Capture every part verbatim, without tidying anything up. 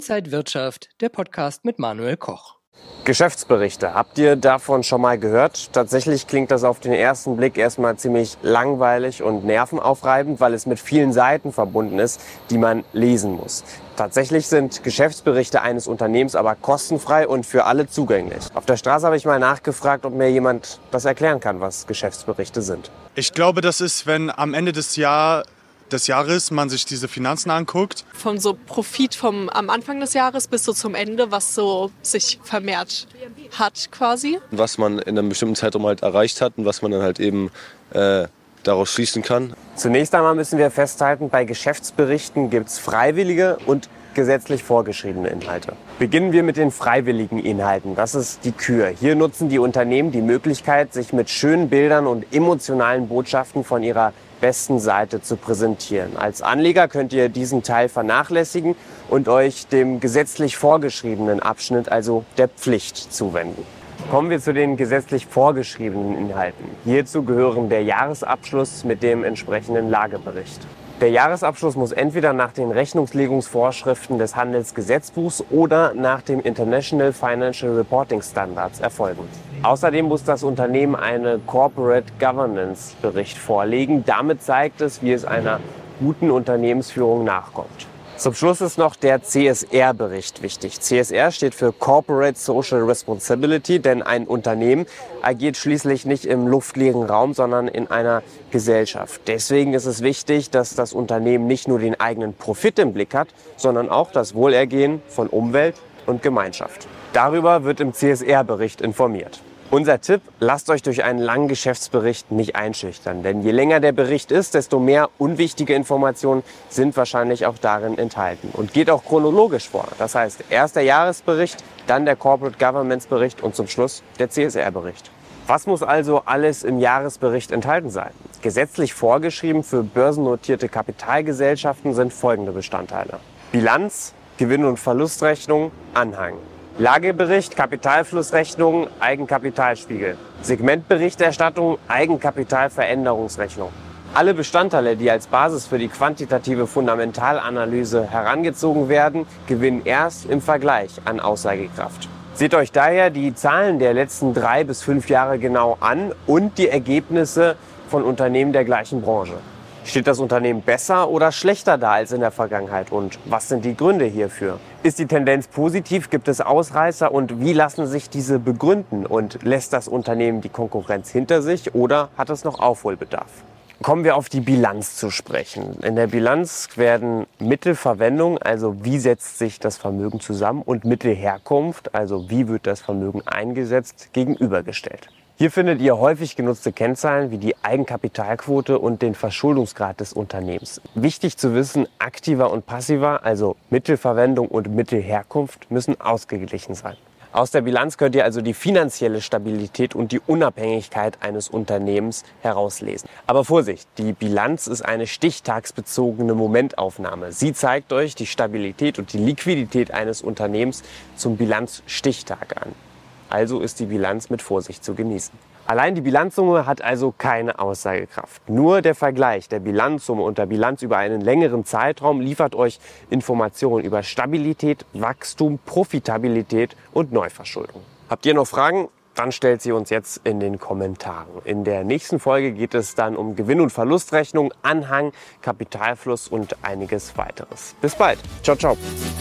Inside Wirtschaft, der Podcast mit Manuel Koch. Geschäftsberichte, habt ihr davon schon mal gehört? Tatsächlich klingt das auf den ersten Blick erstmal ziemlich langweilig und nervenaufreibend, weil es mit vielen Seiten verbunden ist, die man lesen muss. Tatsächlich sind Geschäftsberichte eines Unternehmens aber kostenfrei und für alle zugänglich. Auf der Straße habe ich mal nachgefragt, ob mir jemand das erklären kann, was Geschäftsberichte sind. Ich glaube, das ist, wenn am Ende des Jahres des Jahres man sich diese Finanzen anguckt. Von so Profit vom am Anfang des Jahres bis so zum Ende, was so sich vermehrt hat quasi. Was man in einem bestimmten Zeitraum halt erreicht hat und was man dann halt eben äh, daraus schließen kann. Zunächst einmal müssen wir festhalten, bei Geschäftsberichten gibt es freiwillige und gesetzlich vorgeschriebene Inhalte. Beginnen wir mit den freiwilligen Inhalten. Das ist die Kür. Hier nutzen die Unternehmen die Möglichkeit, sich mit schönen Bildern und emotionalen Botschaften von ihrer besten Seite zu präsentieren. Als Anleger könnt ihr diesen Teil vernachlässigen und euch dem gesetzlich vorgeschriebenen Abschnitt, also der Pflicht, zuwenden. Kommen wir zu den gesetzlich vorgeschriebenen Inhalten. Hierzu gehören der Jahresabschluss mit dem entsprechenden Lagebericht. Der Jahresabschluss muss entweder nach den Rechnungslegungsvorschriften des Handelsgesetzbuchs oder nach dem International Financial Reporting Standards erfolgen. Außerdem muss das Unternehmen eine Corporate Governance Bericht vorlegen. Damit zeigt es, wie es einer guten Unternehmensführung nachkommt. Zum Schluss ist noch der C S R-Bericht wichtig. C S R steht für Corporate Social Responsibility, denn ein Unternehmen agiert schließlich nicht im luftleeren Raum, sondern in einer Gesellschaft. Deswegen ist es wichtig, dass das Unternehmen nicht nur den eigenen Profit im Blick hat, sondern auch das Wohlergehen von Umwelt und Gemeinschaft. Darüber wird im C S R-Bericht informiert. Unser Tipp, lasst euch durch einen langen Geschäftsbericht nicht einschüchtern, denn je länger der Bericht ist, desto mehr unwichtige Informationen sind wahrscheinlich auch darin enthalten. Und geht auch chronologisch vor. Das heißt, erst der Jahresbericht, dann der Corporate Governance Bericht und zum Schluss der C S R-Bericht. Was muss also alles im Jahresbericht enthalten sein? Gesetzlich vorgeschrieben für börsennotierte Kapitalgesellschaften sind folgende Bestandteile: Bilanz, Gewinn- und Verlustrechnung, Anhang. Lagebericht, Kapitalflussrechnung, Eigenkapitalspiegel. Segmentberichterstattung, Eigenkapitalveränderungsrechnung. Alle Bestandteile, die als Basis für die quantitative Fundamentalanalyse herangezogen werden, gewinnen erst im Vergleich an Aussagekraft. Seht euch daher die Zahlen der letzten drei bis fünf Jahre genau an und die Ergebnisse von Unternehmen der gleichen Branche. Steht das Unternehmen besser oder schlechter da als in der Vergangenheit und was sind die Gründe hierfür? Ist die Tendenz positiv, gibt es Ausreißer und wie lassen sich diese begründen und lässt das Unternehmen die Konkurrenz hinter sich oder hat es noch Aufholbedarf? Kommen wir auf die Bilanz zu sprechen. In der Bilanz werden Mittelverwendung, also wie setzt sich das Vermögen zusammen, und Mittelherkunft, also wie wird das Vermögen eingesetzt, gegenübergestellt. Hier findet ihr häufig genutzte Kennzahlen wie die Eigenkapitalquote und den Verschuldungsgrad des Unternehmens. Wichtig zu wissen, aktiver und passiver, also Mittelverwendung und Mittelherkunft, müssen ausgeglichen sein. Aus der Bilanz könnt ihr also die finanzielle Stabilität und die Unabhängigkeit eines Unternehmens herauslesen. Aber Vorsicht, die Bilanz ist eine stichtagsbezogene Momentaufnahme. Sie zeigt euch die Stabilität und die Liquidität eines Unternehmens zum Bilanzstichtag an. Also ist die Bilanz mit Vorsicht zu genießen. Allein die Bilanzsumme hat also keine Aussagekraft. Nur der Vergleich der Bilanzsumme und der Bilanz über einen längeren Zeitraum liefert euch Informationen über Stabilität, Wachstum, Profitabilität und Neuverschuldung. Habt ihr noch Fragen? Dann stellt sie uns jetzt in den Kommentaren. In der nächsten Folge geht es dann um Gewinn- und Verlustrechnung, Anhang, Kapitalfluss und einiges weiteres. Bis bald. Ciao, ciao.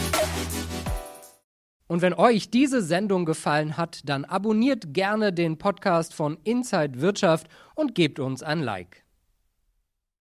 Und wenn euch diese Sendung gefallen hat, dann abonniert gerne den Podcast von Inside Wirtschaft und gebt uns ein Like.